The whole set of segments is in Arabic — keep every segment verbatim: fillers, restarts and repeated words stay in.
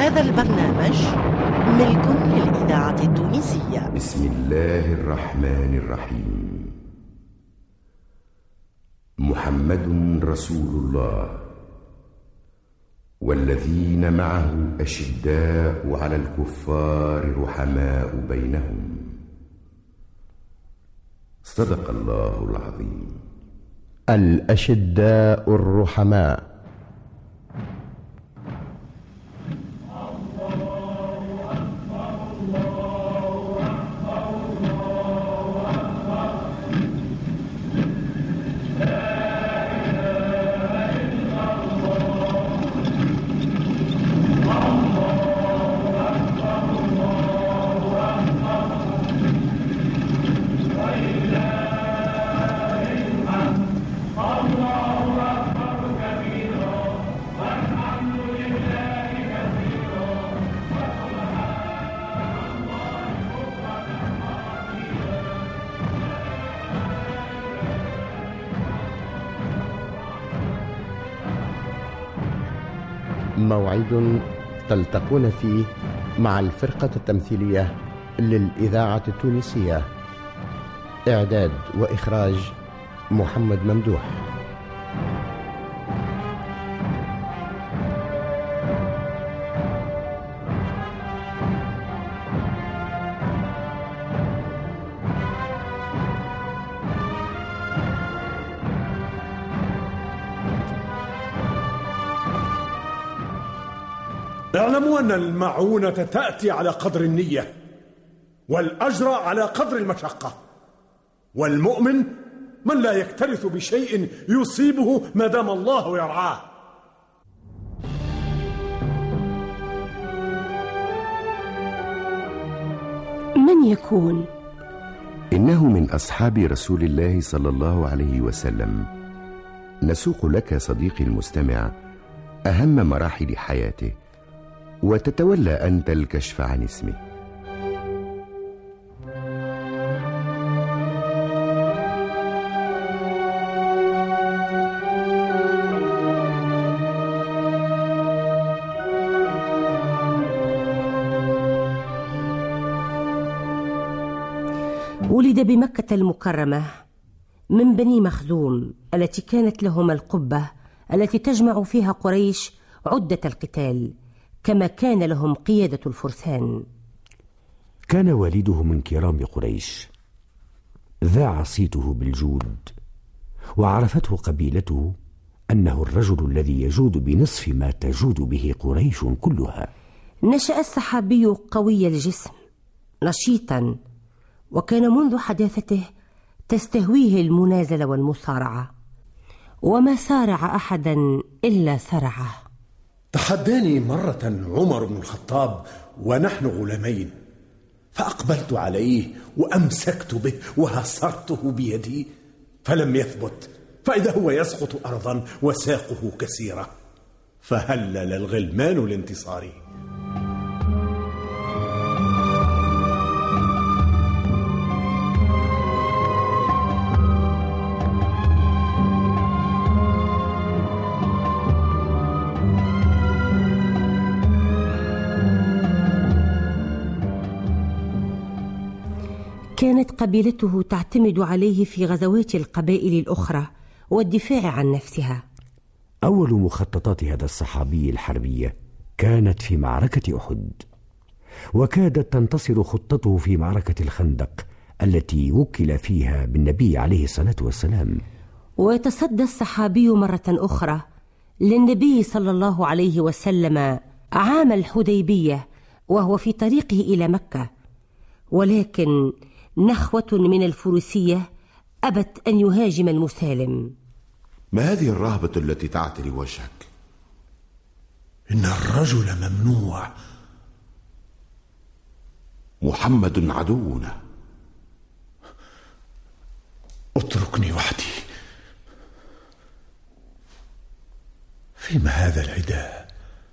هذا البرنامج ملك للإذاعة التونسية. بسم الله الرحمن الرحيم. محمد رسول الله والذين معه أشداء على الكفار رحماء بينهم. صدق الله العظيم. الأشداء الرحماء. موعد تلتقون فيه مع الفرقة التمثيلية للإذاعة التونسية. إعداد وإخراج محمد ممدوح. اعلموا أن المعونة تأتي على قدر النية، والأجر على قدر المشقة، والمؤمن من لا يكترث بشيء يصيبه ما دام الله يرعاه. من يكون؟ إنه من أصحاب رسول الله صلى الله عليه وسلم. نسوق لك صديقي المستمع أهم مراحل حياته، وتتولى أنت الكشف عن اسمه. ولد بمكة المكرمة من بني مخزوم التي كانت لهم القبة التي تجمع فيها قريش عدة القتال، كما كان لهم قيادة الفرسان. كان والده من كرام قريش، ذاع صيته بالجود، وعرفته قبيلته أنه الرجل الذي يجود بنصف ما تجود به قريش كلها. نشأ الصحابي قوي الجسم نشيطا، وكان منذ حداثته تستهويه المنازلة والمصارعة، وما سارع أحدا إلا سرعه. تحداني مرة عمر بن الخطاب ونحن غلامين، فأقبلت عليه وأمسكت به وهصرته بيدي فلم يثبت، فإذا هو يسقط أرضا وساقه كسيرة، فهلل الغلمان لانتصاره. كانت قبيلته تعتمد عليه في غزوات القبائل الأخرى والدفاع عن نفسها. أول مخططات هذا الصحابي الحربية كانت في معركة أحد، وكادت تنتصر خطته في معركة الخندق التي وكل فيها بالنبي عليه الصلاة والسلام. ويتصدى الصحابي مرة أخرى للنبي صلى الله عليه وسلم عام الحديبية وهو في طريقه إلى مكة، ولكن نخوة من الفروسية أبت أن يهاجم المسالم. ما هذه الرهبة التي تعتري وجهك؟ إن الرجل ممنوع. محمد عدونا. اتركني وحدي. فيما هذا العداء؟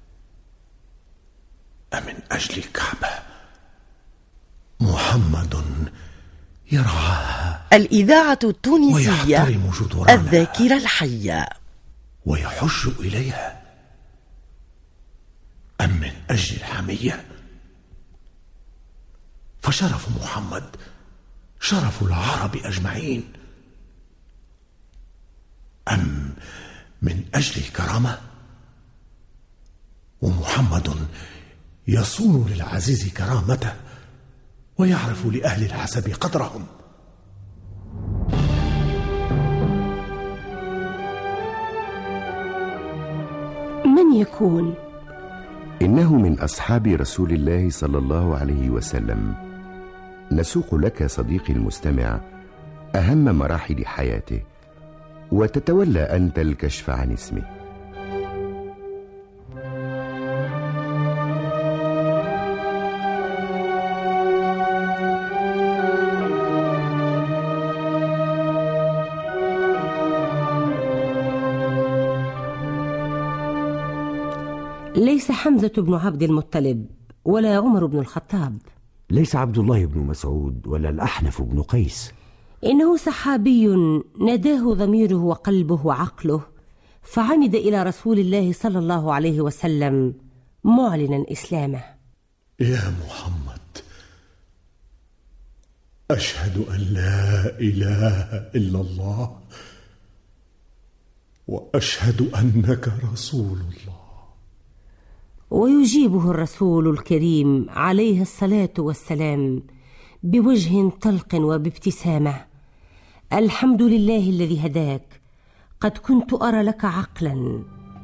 أمن أجل الكعبة؟ محمد يرعاها. الإذاعة التونسية، الذاكرة الحية، ويحج إليها. أم من أجل الحمية؟ فشرف محمد شرف العرب أجمعين، أم من أجل الكرامة؟ ومحمد يصون للعزيز كرامته ويعرف لأهل الحسب قدرهم. من يكون؟ إنه من أصحاب رسول الله صلى الله عليه وسلم. نسوق لك صديقي المستمع أهم مراحل حياته، وتتولى أنت الكشف عن اسمه. ليس حمزة بن عبد المطلب ولا عمر بن الخطاب، ليس عبد الله بن مسعود ولا الأحنف بن قيس، إنه صحابي نداه ضميره وقلبه وعقله، فعمد إلى رسول الله صلى الله عليه وسلم معلنا إسلامه. يا محمد، أشهد أن لا إله إلا الله وأشهد أنك رسول الله. ويجيبه الرسول الكريم عليه الصلاة والسلام بوجه طلق وبابتسامة: الحمد لله الذي هداك، قد كنت أرى لك عقلا.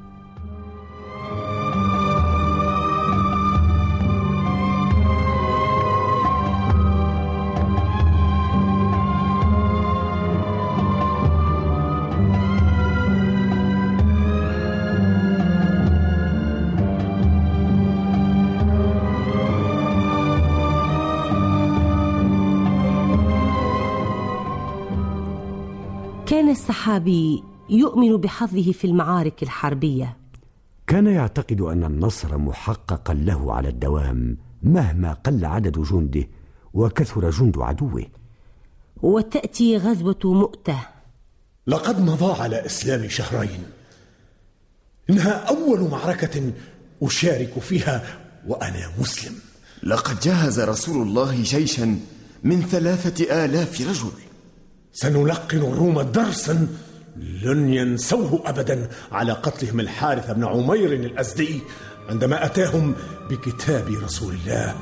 كان الصحابي يؤمن بحظه في المعارك الحربية، كان يعتقد أن النصر محققا له على الدوام مهما قل عدد جنده وكثر جند عدوه. وتأتي غزوة مؤتة. لقد مضى على إسلام شهرين، إنها أول معركة أشارك فيها وأنا مسلم. لقد جهز رسول الله جيشا من ثلاثة آلاف رجل. سنلقن الروم درسا لن ينسوه أبدا على قتلهم الحارث بن عمير الأزدي عندما أتاهم بكتاب رسول الله.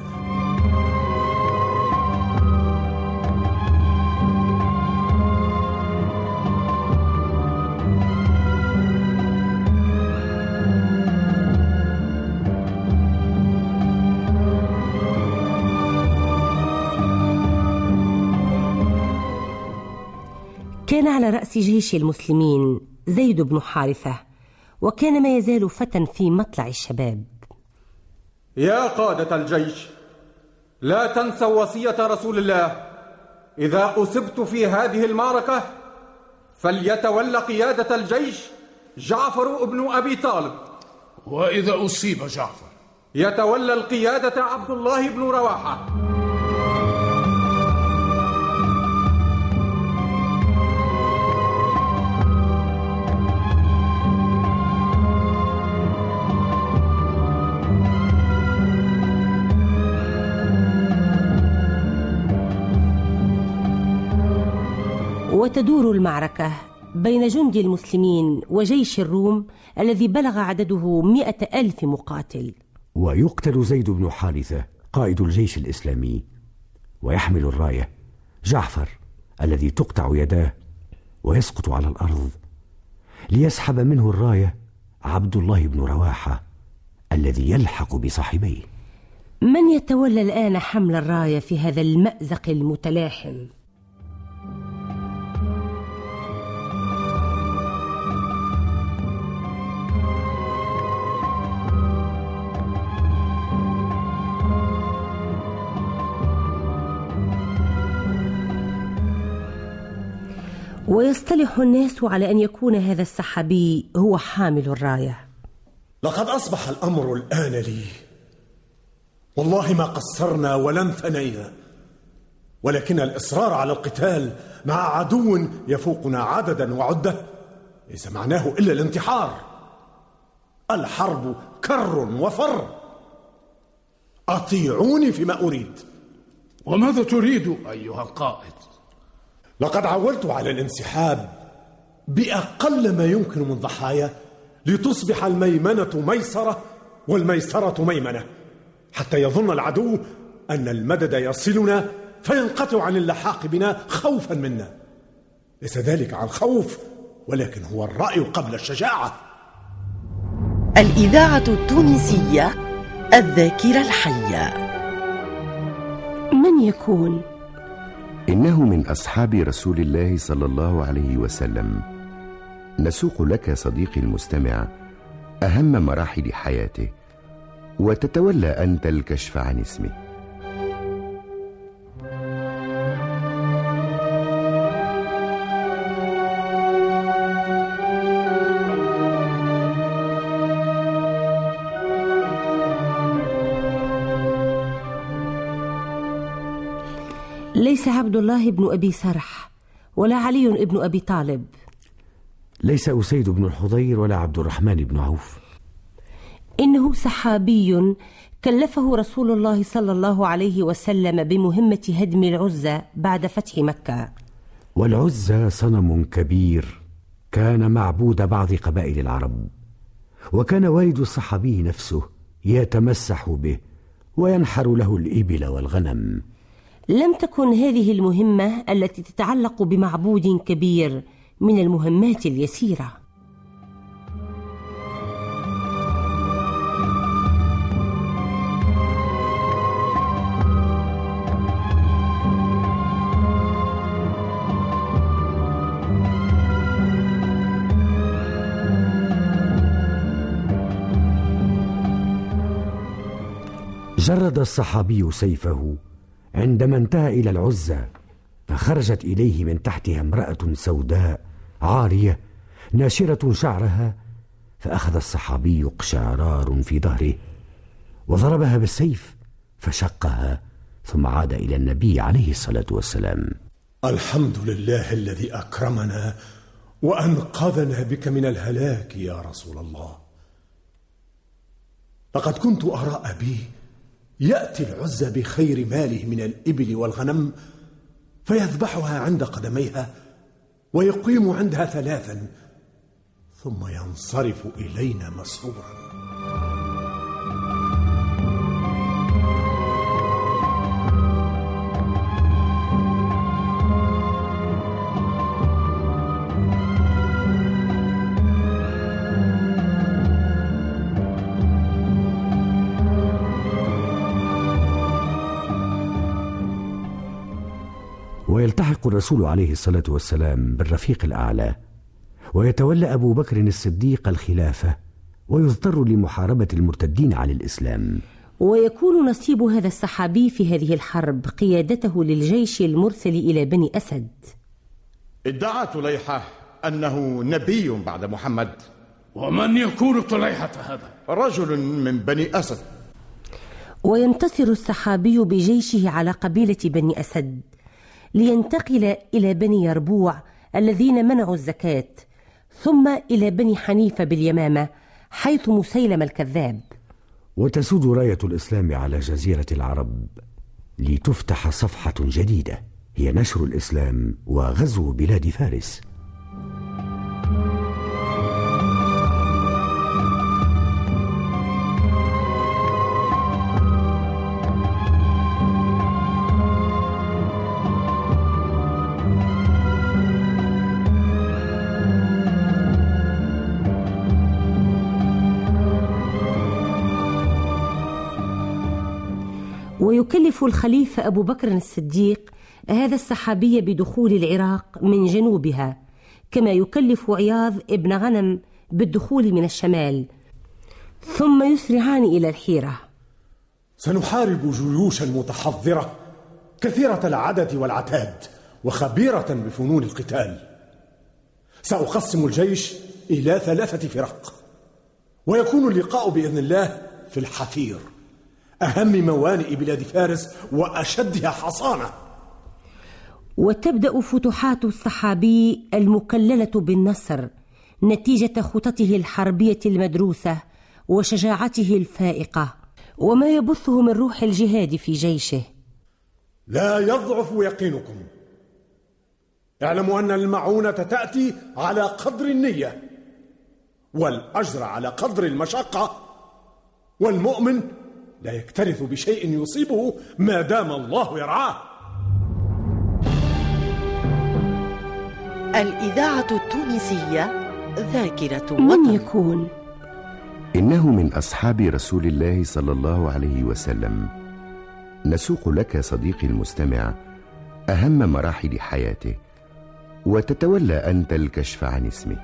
كان على رأس جيش المسلمين زيد بن حارثة، وكان ما يزال فتى في مطلع الشباب. يا قادة الجيش، لا تنسوا وصية رسول الله: إذا أصبت في هذه المعركة فليتولى قيادة الجيش جعفر بن أبي طالب. وإذا أصيب جعفر يتولى القيادة عبد الله بن رواحة. وتدور المعركة بين جند المسلمين وجيش الروم الذي بلغ عدده مئة ألف مقاتل. ويقتل زيد بن حارثة قائد الجيش الإسلامي، ويحمل الراية جعفر الذي تقطع يداه ويسقط على الأرض، ليسحب منه الراية عبد الله بن رواحة الذي يلحق بصاحبيه. من يتولى الآن حمل الراية في هذا المأزق المتلاحم؟ ويصطلح الناس على أن يكون هذا الصحابي هو حامل الراية. لقد أصبح الأمر الآن لي، والله ما قصرنا ولن ثنينا، ولكن الإصرار على القتال مع عدو يفوقنا عددا وعدة ليس معناه إلا الانتحار. الحرب كر وفر، أطيعوني فيما أريد. وماذا تريد أيها القائد؟ لقد عولت على الانسحاب بأقل ما يمكن من ضحايا لتصبح الميمنة ميسرة والميسرة ميمنة، حتى يظن العدو أن المدد يصلنا فينقطع عن اللحاق بنا خوفا منا. ليس ذلك عن خوف، ولكن هو الرأي قبل الشجاعة. الإذاعة التونسية الذاكرة الحية. من يكون؟ إنه من أصحاب رسول الله صلى الله عليه وسلم. نسوق لك صديقي المستمع أهم مراحل حياته، وتتولى أنت الكشف عن اسمه. ليس عبد الله بن أبي سرح ولا علي بن أبي طالب. ليس أسيد بن الحضير ولا عبد الرحمن بن عوف. إنه صحابي كلفه رسول الله صلى الله عليه وسلم بمهمة هدم العزى بعد فتح مكة. والعزى صنم كبير كان معبود بعض قبائل العرب، وكان والد الصحابي نفسه يتمسح به وينحر له الإبل والغنم. لم تكن هذه المهمة التي تتعلق بمعبود كبير من المهمات اليسيرة. جرد الصحابي سيفه عندما انتهى إلى العزى، فخرجت إليه من تحتها امرأة سوداء عارية ناشرة شعرها، فأخذ الصحابي قشعرار في ظهره وضربها بالسيف فشقها، ثم عاد إلى النبي عليه الصلاة والسلام. الحمد لله الذي أكرمنا وأنقذنا بك من الهلاك يا رسول الله. لقد كنت أرى أبي يأتي العزى بخير ماله من الإبل والغنم فيذبحها عند قدميها ويقيم عندها ثلاثا، ثم ينصرف إلينا مسرورا. ويلتحق الرسول عليه الصلاة والسلام بالرفيق الأعلى، ويتولى أبو بكر الصديق الخلافة، ويضطر لمحاربة المرتدين عن الإسلام. ويكون نصيب هذا الصحابي في هذه الحرب قيادته للجيش المرسل إلى بني أسد. ادعى طليحة أنه نبي بعد محمد. ومن يكون طليحة هذا؟ رجل من بني أسد. وينتصر الصحابي بجيشه على قبيلة بني أسد لينتقل إلى بني يربوع الذين منعوا الزكاة، ثم إلى بني حنيفة باليمامة حيث مسيلم الكذاب. وتسود راية الإسلام على جزيرة العرب لتفتح صفحة جديدة، هي نشر الإسلام وغزو بلاد فارس. ويكلف الخليفة أبو بكر الصديق هذا الصحابي بدخول العراق من جنوبها، كما يكلف عياض ابن غنم بالدخول من الشمال، ثم يسرعان إلى الحيرة. سنحارب جيوشا متحضرة كثيرة العدد والعتاد وخبيرة بفنون القتال. سأقسم الجيش إلى ثلاثة فرق، ويكون اللقاء بإذن الله في الحفير، أهم موانئ بلاد فارس وأشدها حصانة. وتبدأ فتوحات الصحابي المكللة بالنصر نتيجة خططه الحربية المدروسة وشجاعته الفائقة. وما يبثه من روح الجهاد في جيشه. لا يضعف يقينكم. اعلموا أن المعونة تأتي على قدر النية، والأجر على قدر المشقة، والمؤمن لا يكترث بشيء يصيبه ما دام الله يرعاه. الإذاعة التونسية ذاكرة من وطن. يكون؟ إنه من أصحاب رسول الله صلى الله عليه وسلم. نسوق لك صديقي المستمع أهم مراحل حياته، وتتولى أنت الكشف عن اسمه.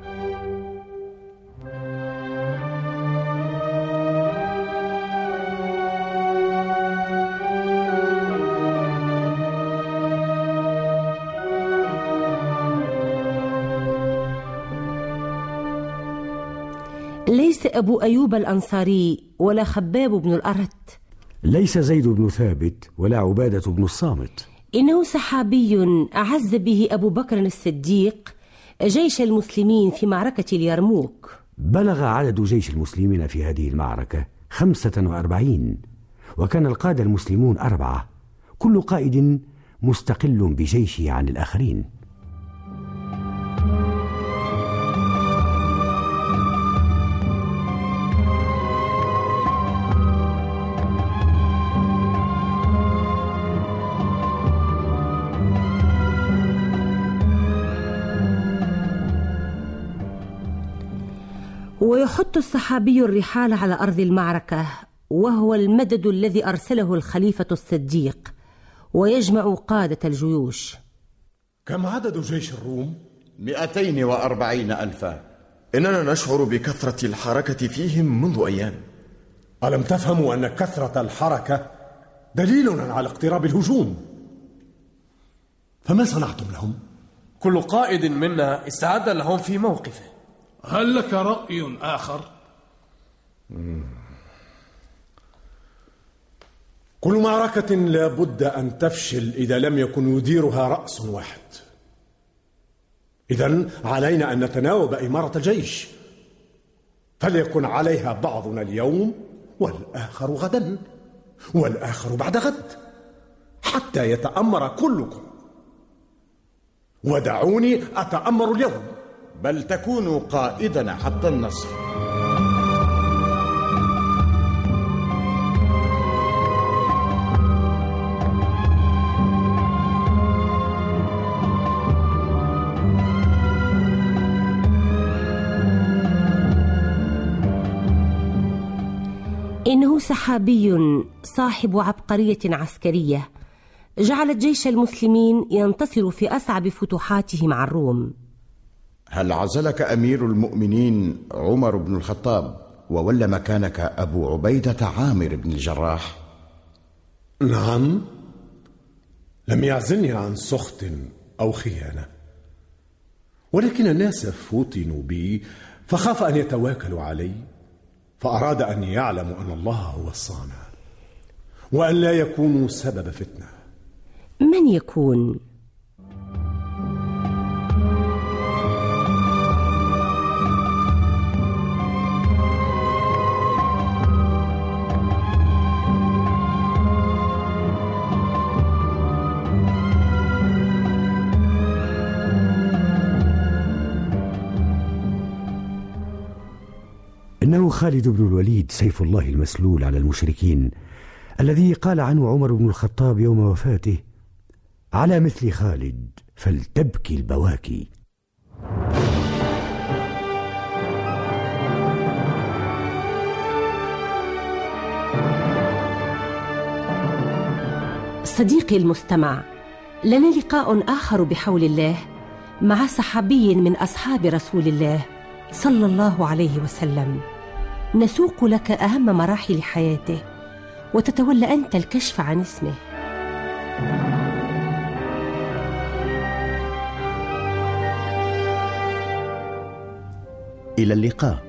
ليس أبو أيوب الأنصاري ولا خباب بن الأرت، ليس زيد بن ثابت ولا عبادة بن الصامت، إنه صحابي أعز به أبو بكر الصديق جيش المسلمين في معركة اليرموك. بلغ عدد جيش المسلمين في هذه المعركة خمسة وأربعين، وكان القادة المسلمون أربعة، كل قائد مستقل بجيشه عن الآخرين. ويحط الصحابي الرحال على أرض المعركة، وهو المدد الذي أرسله الخليفة الصديق، ويجمع قادة الجيوش. كم عدد جيش الروم؟ مئتين وأربعين ألفا. إننا نشعر بكثرة الحركة فيهم منذ أيام. ألم تفهموا أن كثرة الحركة دليل على اقتراب الهجوم؟ فما صنعتم لهم؟ كل قائد منا استعد لهم في موقفه. هل لك رأي آخر؟ كل معركة لا بد أن تفشل إذا لم يكن يديرها رأس واحد. إذن علينا أن نتناوب إمارة الجيش، فليكن عليها بعضنا اليوم والآخر غدا والآخر بعد غد، حتى يتأمر كلكم، ودعوني أتأمر اليوم. بل تكون قائدنا حتى النصر. إنه صحابي صاحب عبقرية عسكرية جعلت جيش المسلمين ينتصر في أصعب فتوحاته مع الروم. هل عزلك أمير المؤمنين عمر بن الخطاب وولى مكانك أبو عبيدة عامر بن الجراح؟ نعم، لم يعزلني عن سخط أو خيانة، ولكن الناس فوتنوا بي فخاف أن يتواكلوا علي، فأراد أن يعلموا أن الله هو الصانع، وأن لا يكونوا سبب فتنة. من يكون؟ إنه خالد بن الوليد سيف الله المسلول على المشركين، الذي قال عنه عمر بن الخطاب يوم وفاته: على مثل خالد فلتبكي البواكي. صديقي المستمع، لنا لقاء آخر بحول الله مع صحابي من أصحاب رسول الله صلى الله عليه وسلم، نسوق لك أهم مراحل حياته، وتتولى أنت الكشف عن اسمه. إلى اللقاء.